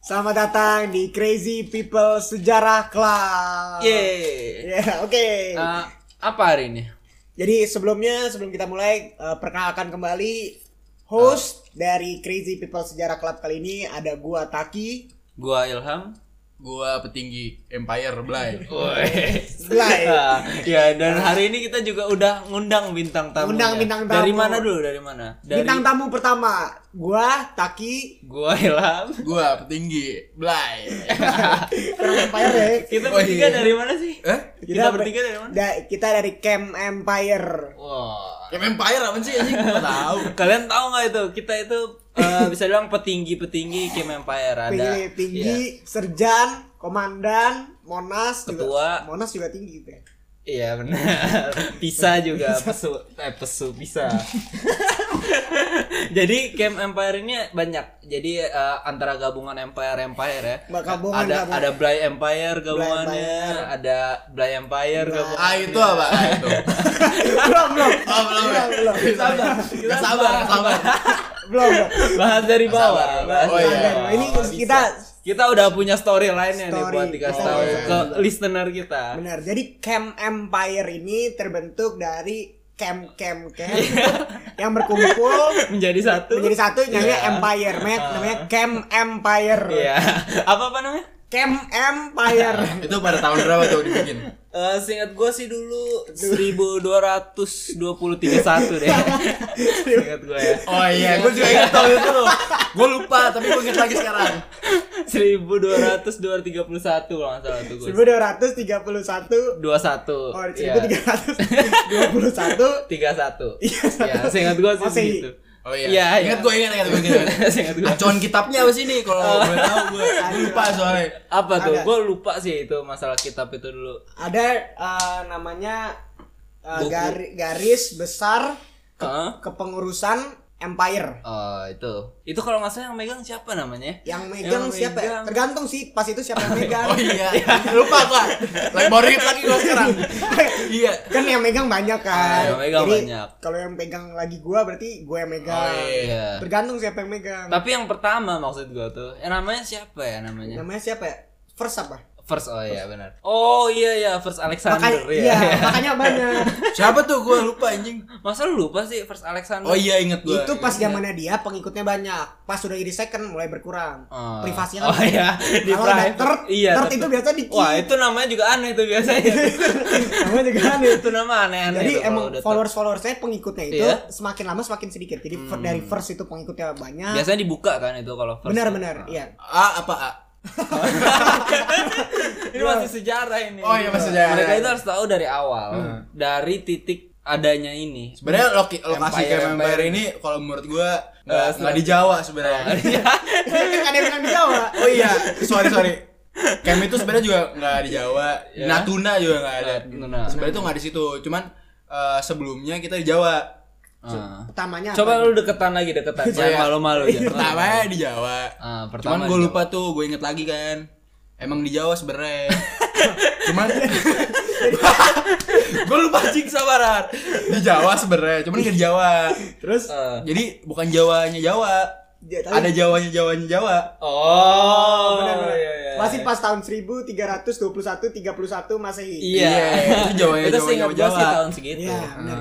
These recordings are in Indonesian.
Selamat datang di Crazy People Sejarah Club. Oke. Apa hari ini? Jadi sebelum kita mulai perkenalkan kembali host dari Crazy People Sejarah Club kali ini ada gua Taki, Gua Ilham, gua petinggi Empire Blay. Blay. Ya, dan hari ini kita juga udah ngundang bintang tamu. Bintang tamu. Dari mana dulu? Dari mana? Bintang tamu pertama, gua Taki, Gua Ilham. Gua petinggi Blay. Kurang Empire ya. Kita bertiga dari mana sih? Kita ber- bertiga dari mana? Kita dari Camp Empire. Wah. Camp Empire apa sih anjing? Gua tahu. Kalian tahu nggak itu? Kita itu bisa bilang petinggi Camp Empire. Ada Tinggi, serjan, komandan, Monas Ketua. juga. Monas juga tinggi gitu ya. Iya benar. Pisa juga, pesu bisa. Jadi Camp Empire ini banyak. Jadi antara gabungan Empire ya. Gabungan. Ada Blay Empire gabungannya, Empire. ada Blay Empire gabungannya. Itu apa? Itu. belum. Sabar. Belum. Bahas dari bawah. Bahas Oh, dari iya. bawah. Ini Kita udah punya story lainnya nih buat dikasih Story. tahu Iya. ke listener kita. Benar. Jadi Camp Empire ini terbentuk dari camp yang berkumpul Menjadi satu. namanya Empire. Namanya Camp Empire. Iya. Apa namanya? Camp Empire. Itu pada tahun berapa tuh dibikin? Seingat gue sih dulu 1221 deh. Seingat gue ya. Oh iya, gua juga ingat tahun itu loh. Gua lupa, tapi gua ingat lagi sekarang. 1231 kalau nggak salah tuh gue. 1231 21. Oh, Iya. 1321 31. Iya, seingat gue sih Masih. segitu. Oh iya. Iya, Ingat gua. Seingat gue. Acuan kitabnya apa sih nih? Kalau gue tahu gue lupa soalnya. Apa tuh? Ada. Gue lupa sih itu masalah kitab itu dulu. ada namanya Buku. garis besar Heeh. kepengurusan Empire. Oh, itu kalau nggak salah yang megang siapa namanya? Yang megang siapa ya? megang. Tergantung sih pas itu siapa yang megang. Oh iya. Lupa gua. Lagi baru ingat lagi gua sekarang. Iya. Kan yang megang banyak kan. yang megang Jadi, banyak. kalau yang pegang lagi gua berarti gua yang megang. Oh, Iya. Tergantung siapa yang megang. Tapi yang pertama maksud gue tuh, namanya siapa ya namanya? Namanya siapa ya? First apa? First, oh iya benar. Oh iya First Alexander. Makanya banyak. Siapa tuh? Gua lupa anjing. Masa lu lupa sih First Alexander? Oh iya, ingat gua. Itu pas zamannya dia pengikutnya banyak. Pas sudah jadi second mulai berkurang. Privasinya Oh iya, di kalau udah private. third, Iya, third itu biasa dikit. Wah, itu namanya juga aneh tuh biasanya. Namanya juga aneh. Itu nama aneh-aneh. Jadi tuh kalau emang udah followers saya pengikutnya itu Iya. semakin lama semakin sedikit. Jadi dari first itu pengikutnya banyak. biasanya dibuka kan itu kalau first. Benar-benar, iya. Apa A? Ini masih sejarah ini. Oh iya, masih sejarah. Mereka itu harus tahu dari awal, dari titik adanya ini. Sebenarnya lokasi Camp Empire ini kalau menurut gua nggak di Jawa sebenarnya. Kan ada yang bilang di Jawa. Oh iya, sorry. Camp itu sebenarnya juga nggak di Jawa. Ya. Natuna juga nggak ada. Natuna. Sebenarnya itu nggak di situ. Cuman sebelumnya kita di Jawa. Pertamanya Coba apa? lu deketan. Jangan malu-malu. Pertamanya di Jawa. Pertama Cuman gue lupa tuh, gue inget lagi kan. Emang di Jawa sebenarnya. Cuman gue lupa cing sabaran. Di Jawa sebenarnya, cuman nggak di Jawa. Terus Jadi bukan Jawanya Jawa. Ada Jawanya Jawa. Oh, benar-benar. iya. Masih pas tahun 1321 31 Masehi. Iya. Itu Jawanya Itu seingat gua sih Jawa. tahun segitu. Iya, benar.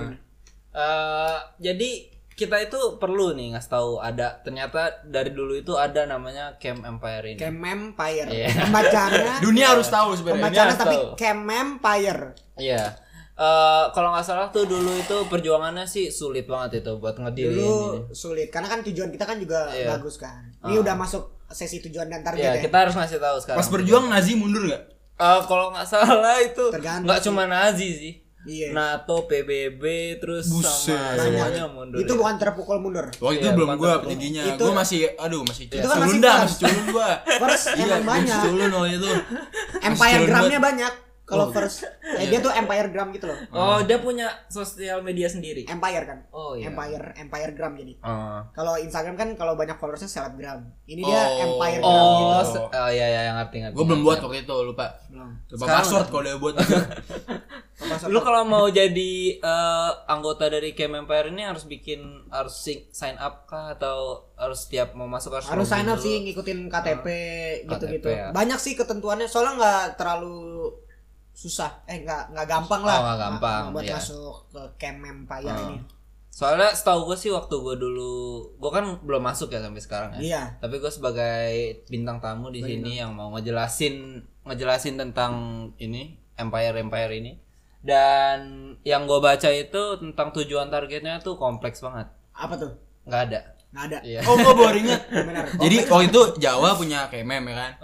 Jadi kita itu perlu nih ngasih tahu ada ternyata dari dulu itu ada namanya Camp Empire ini. Camp Empire. Iya. Pembacaannya Dunia harus tahu sebenarnya. pembacaannya harus tapi tahu. Camp Empire. Iya. Kalau nggak salah tuh dulu itu perjuangannya sih sulit banget itu buat ngediriin Dulu ini. sulit karena kan tujuan kita kan juga Iya. bagus kan. Ini udah masuk sesi tujuan dan target Iya, ya. kita harus ngasih tahu sekarang. Pas berjuang Nazi mundur nggak? Kalau nggak salah itu Tergantung nggak sih. cuma Nazi sih. Iya. NATO, PBB, terus Buset. sama semuanya mundur. Itu ya. bukan terpukul mundur. Waktu itu Iya, belum bukan gue terpukul. petingginya. Itu- Gue masih Itu kan masih culun dah, first. masih culun gue. First emang banyak. Culun waktu itu. Empire culun Gramnya banget. banyak. Kalau first dia tuh Empire Gram gitu loh. Oh, dia punya sosial media sendiri. Empire kan. Oh, iya. Empire Gram jadi. Oh. Kalau Instagram kan kalau banyak followersnya selebgram. Ini dia Oh. Empire Gram Oh, gitu. iya yang ngerti. Gue belum buat waktu itu, lupa. Belum. Lupa Sekarang password kalau udah buat. Lu kalau mau jadi anggota dari Camp Empire ini harus sign up kah atau harus setiap mau masuk harus login sign up dulu? sih, ngikutin KTP gitu-gitu. KTP, ya. Banyak sih ketentuannya, soalnya nggak terlalu susah, nggak gampang lah. Nggak gampang, buat iya. masuk ke Camp Empire ini. Soalnya setahu gue sih waktu gue kan belum masuk ya sampai sekarang ya. Iya. Tapi gue sebagai bintang tamu di sini yang mau ngejelasin tentang ini Empire ini. Dan yang gue baca itu tentang tujuan targetnya tuh kompleks banget. Apa tuh? Nggak ada. Nggak ada. Iya. Oh, gue baru ingat. Benar. Jadi waktu itu Jawa punya KMM ya kan.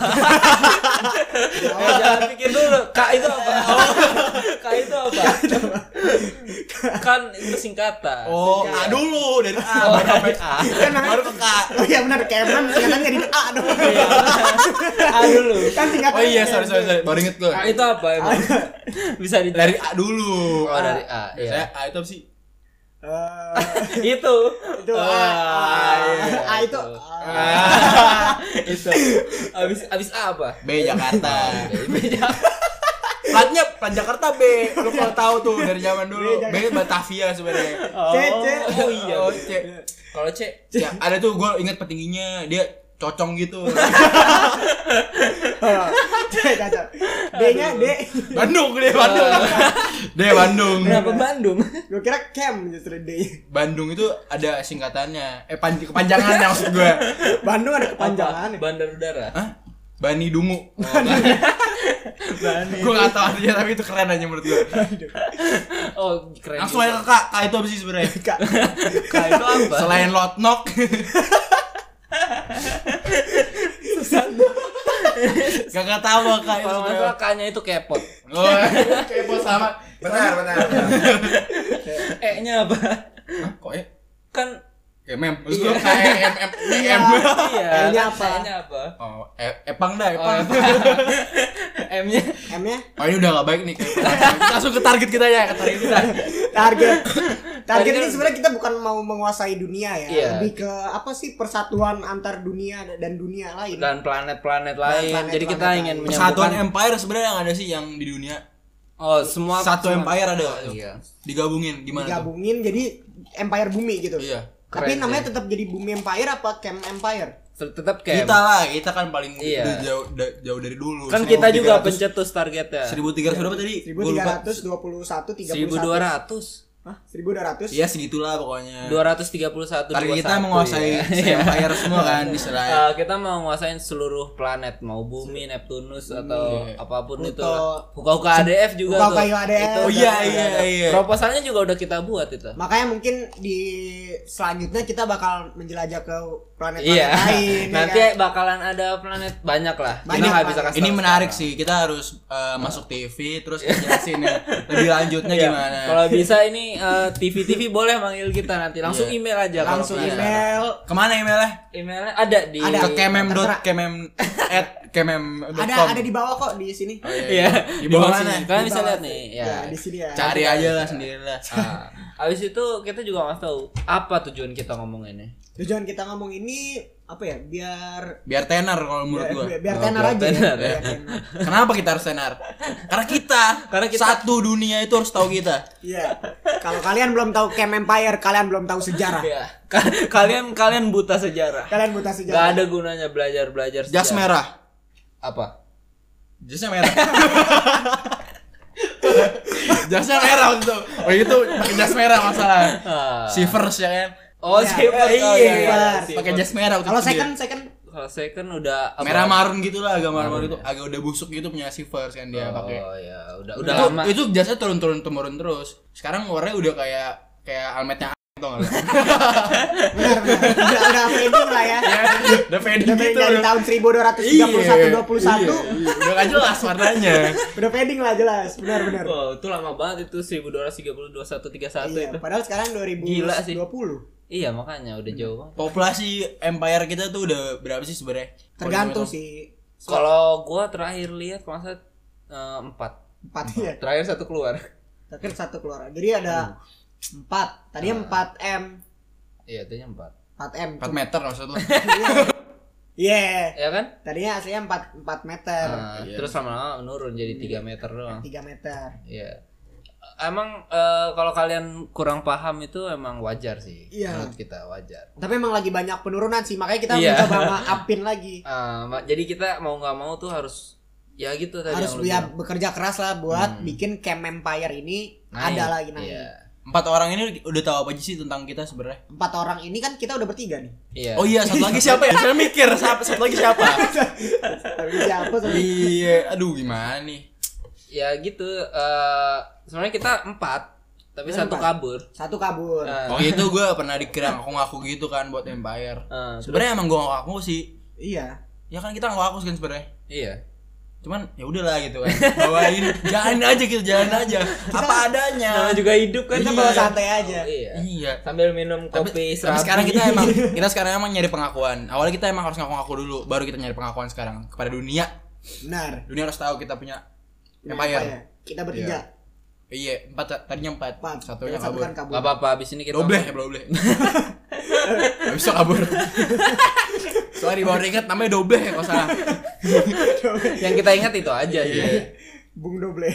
Jangan pikir dulu, Kak itu apa? Kak itu apa? Kan itu singkatan. Oh, A dulu dari A baru sampai A. Kan namanya- Baru ke K. Oh iya benar, Cameron singkatannya di A dong. A dulu. Kan singkatannya. Oh iya, sorry. Baru inget gue. Kak itu apa emang? Bisa di Dari A dulu. Oh, dari A. Saya Iya. A itu apa sih? Itu. Itu A itu Itu. Abis A apa? B Jakarta. Beda. Platnya Plat Jakarta B. Lu kalau tahu tuh dari zaman dulu. B, B Batavia sebenarnya. C. Oh iya. Oh, C. Kalau C. Ya, ada tuh gue inget petingginya, dia cocong gitu. Cacat. D-nya D. Bandung. Dia Bandung. Kenapa Bandung? Gue kira Cam justru D. Bandung itu ada singkatannya. Kepanjangannya maksud gue. Bandung ada kepanjangan. Bandar udara. Hah? Bani Dungu. Bani. Gue gak tau artinya tapi itu keren aja menurut gue. Oh, keren. Langsung aja ke Kak. Kak itu apa sih sebenarnya? Kak. Kak itu apa? Selain lotnok. Gak tau Kak itu Kalau nggak sebenarnya. salah K-nya itu kepot. Oh, kayak bos sama. Benar. E-nya apa? Hah, kok ya? Kan Mem. Terus lu kayak iya. E-nya apa? E-nya apa? Oh, Epang dah, Epang. M-nya M-nya Oh, ini udah gak baik nih. Langsung ke target kita ya, target ini sebenarnya kita bukan mau menguasai dunia ya, Iya. lebih ke apa sih, persatuan antar dunia dan dunia lain. dan planet-planet lain. planet-planet Jadi kita lain. ingin Persatuan menyambungkan Empire sebenarnya yang ada sih yang di dunia. oh, semua Satu Empire ada. Iya. Digabungin gimana tuh? Digabungin jadi Empire Bumi gitu. Iya. Tapi Keren namanya sih. tetap jadi Bumi Empire apa Camp Empire? Tetap kayak Kita kan paling Iya. udah jauh dari dulu. kan kita juga 1300. pencetus targetnya. 1300 berapa tadi? Gua lupa. 1321 31. 1200. Hah? 1200? Iya segitulah pokoknya. 231 Target kita 21, menguasai ya. Empire semua kan istilahnya. Kita mau nguasain seluruh planet, mau bumi, Neptunus atau Iya. apapun itu. Pluto. Huka-huka ADF juga Huka-huka tuh. ADF. Itu Oh, udah- iya, udah- iya. Proposalnya juga udah kita buat itu. Makanya mungkin di selanjutnya kita bakal menjelajah ke planet-planet Iya. lain. Nanti ya kan? bakalan ada planet banyak lah. Kita Banyak nggak bisa lah. kasih Ini tahu menarik sekarang. sih. Kita harus masuk TV terus jelasin ya. Lebih lanjutnya Iya. gimana. Kalau bisa ini TV boleh manggil kita nanti. Langsung Iya. email aja. kalau Langsung penasaran. email. Kemana emailnya? Emailnya ada di Ada. Ke Terserah. kemem@kemem.com. Ada di bawah kok di sini. Iya. Di bawah mana? Kalian Di bisa bawah. lihat nih. Ya. di sini ya. Cari aja lah sendiri lah. Abis itu kita juga nggak tahu apa tujuan kita ngomong ini. Tujuan kita ngomong ini apa ya? Biar tenar kalau menurut gua. biar Oh, tenar biar aja tenar, ya. ya. Biar tenar. Kenapa kita harus tenar? Karena kita satu dunia itu harus tahu kita. Iya. Kalau kalian belum tahu Camp Empire, kalian belum tahu sejarah. Ya. Kalian buta sejarah. Kalian buta Gak sejarah. ada gunanya belajar sejarah. Jas merah. Apa? Jasnya merah. Jasnya merah waktu itu. Oh itu pakai jas merah masalah. Shivers ya kan. Oh, Iya. Shivers. Iya, Oh, Shivers. Pakai jas merah waktu Kalau itu dia. second Kalau second udah apa? Merah marun gitu lah, agak marun itu, agak udah busuk gitu punya Shivers kan dia pakai. Oh ya, udah Itu, lama. itu jasnya turun terus. Sekarang warnanya udah kayak almetnya tau gak lu? benar. Udah fading lah ya. Udah fading Udah fading gitu. dari tahun 1231 21. Udah gak jelas warnanya. Udah fading lah jelas. Benar. Oh, itu lama banget itu 1230 2131 Iya, itu. padahal sekarang 2020. Gila sih. Iya, makanya udah jauh banget. Populasi empire kita tuh udah berapa sih sebenarnya? Tergantung sih. Kalau gua terakhir lihat kalau nggak salah 4. 4 ya. Terakhir 1 keluar. Terakhir 1 keluar. Jadi ada 4. Tadinya 4M. Iya, itu 4. 4M. 4 meter maksud lu. Iya. Ya kan? Tadinya aslinya 4 meter. Nah, terus lama-lama menurun jadi 3 meter doang. 3 meter. Iya. Emang kalau kalian kurang paham itu emang wajar sih. Iya. Menurut kita wajar. Tapi emang lagi banyak penurunan sih, makanya kita Iya. mencoba maafin lagi. Jadi kita mau nggak mau tuh harus ya gitu tadi Harus yang lu ya bilang. bekerja keras lah buat bikin Camp Empire ini ada lagi naik. Iya. 4 orang ini udah tahu apa aja sih tentang kita sebenarnya? 4 orang ini kan kita udah bertiga nih. Iya. Oh iya, satu lagi siapa ya? Saya mikir satu lagi siapa? Tapi siapa sebenarnya? Iya, aduh gimana nih? Ya gitu. Sebenarnya kita 4 tapi Kita 1 4. kabur. Satu kabur. Oh itu gue pernah dikira ngaku-ngaku gitu kan buat Empire. Terus- Sebenarnya emang gue ngaku sih. Iya. Ya kan kita ngaku kan sebenarnya. Iya. Cuman ya udahlah gitu kan. Bawain jalan aja gitu, jalan aja. Apa adanya. Nama juga hidup kan. Kita Iya. bawa santai aja. Iya. Iya. Sambil minum kopi Tapi serabi. sekarang kita sekarang emang nyari pengakuan. Awalnya kita emang harus ngaku-ngaku dulu, baru kita nyari pengakuan sekarang kepada dunia. Benar. Dunia harus tahu kita punya Empire. Kita bertiga. Iya, 4 tadinya 4. 4. Satunya Satu kabur. kan kabur. Gak apa-apa abis ini kita Doble, doble. Habis itu kabur. Sorry baru ingat namanya doble ya kalau salah. yang kita ingat itu aja sih. Bung Doble.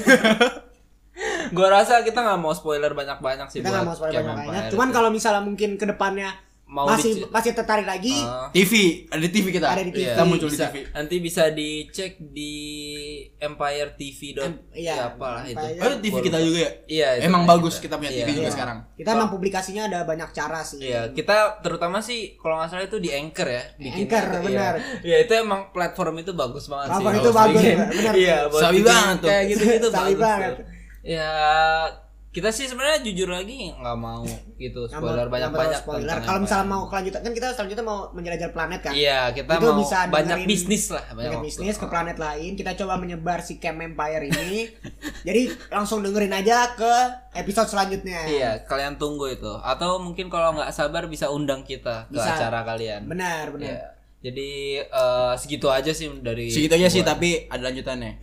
Gua rasa kita nggak mau spoiler banyak-banyak sih. Kita nggak mau spoiler banyak. Cuman kalau misalnya mungkin kedepannya Mau masih tertarik lagi, TV, ada di TV kita. Ada di TV. Kita muncul bisa, di TV. nanti bisa dicek di Empire TV. iya, apalah itu. Empire. Oh, TV kita juga ya? Iya. itu Emang kan bagus kita punya TV Iya. juga Iya. sekarang. Kita emang publikasinya ada banyak cara sih. Iya, kita terutama sih kalau nggak salah itu di Anchor ya. Anchor, Iya. benar. Iya, itu emang platform itu bagus banget sih. Platform itu bagus, bikin. benar. Iya, buat Sabi bikin banget tuh. Kayak gitu-gitu Sabi bagus banget. tuh. Ya, kita sih sebenarnya jujur lagi nggak mau gitu Nggak spoiler mau- banyak-banyak. nggak mau spoiler. tentang Kalau misalnya Empire. mau kelanjutan kan kita selanjutnya mau menjelajah planet kan. Iya, kita Itu mau bisa banyak dengerin- bisnis lah, Banyak waktu. bisnis ke planet lain. Kita coba menyebar si Camp Empire ini. Jadi langsung dengerin aja ke episode selanjutnya. Iya, kalian tunggu itu. Atau mungkin kalau nggak sabar bisa undang kita ke Bisa. acara kalian. Benar, benar. Iya. Jadi segitu aja sih dari. Segitu aja sih gua. tapi ada lanjutannya.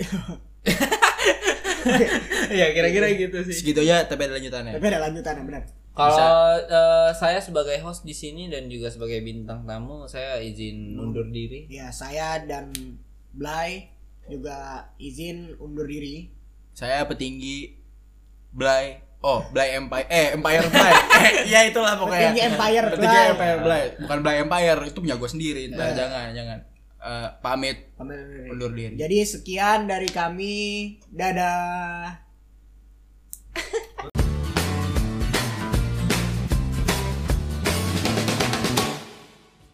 Iya, kira-kira gitu sih. Segitu aja tapi ada lanjutannya. Tapi ada lanjutannya, benar. Kalau saya sebagai host di sini dan juga sebagai bintang tamu, saya izin undur diri. Ya, saya dan Blay juga izin undur diri. Saya petinggi Blay. Oh, Blay Empire. Empire Blay. Ya itulah pokoknya. Petinggi Empire Petinggi Blay. Empire Blay. Bukan Blay Empire, itu punya gue sendiri. Nah, jangan. Pamit undur diri. Jadi sekian dari kami. Dadah.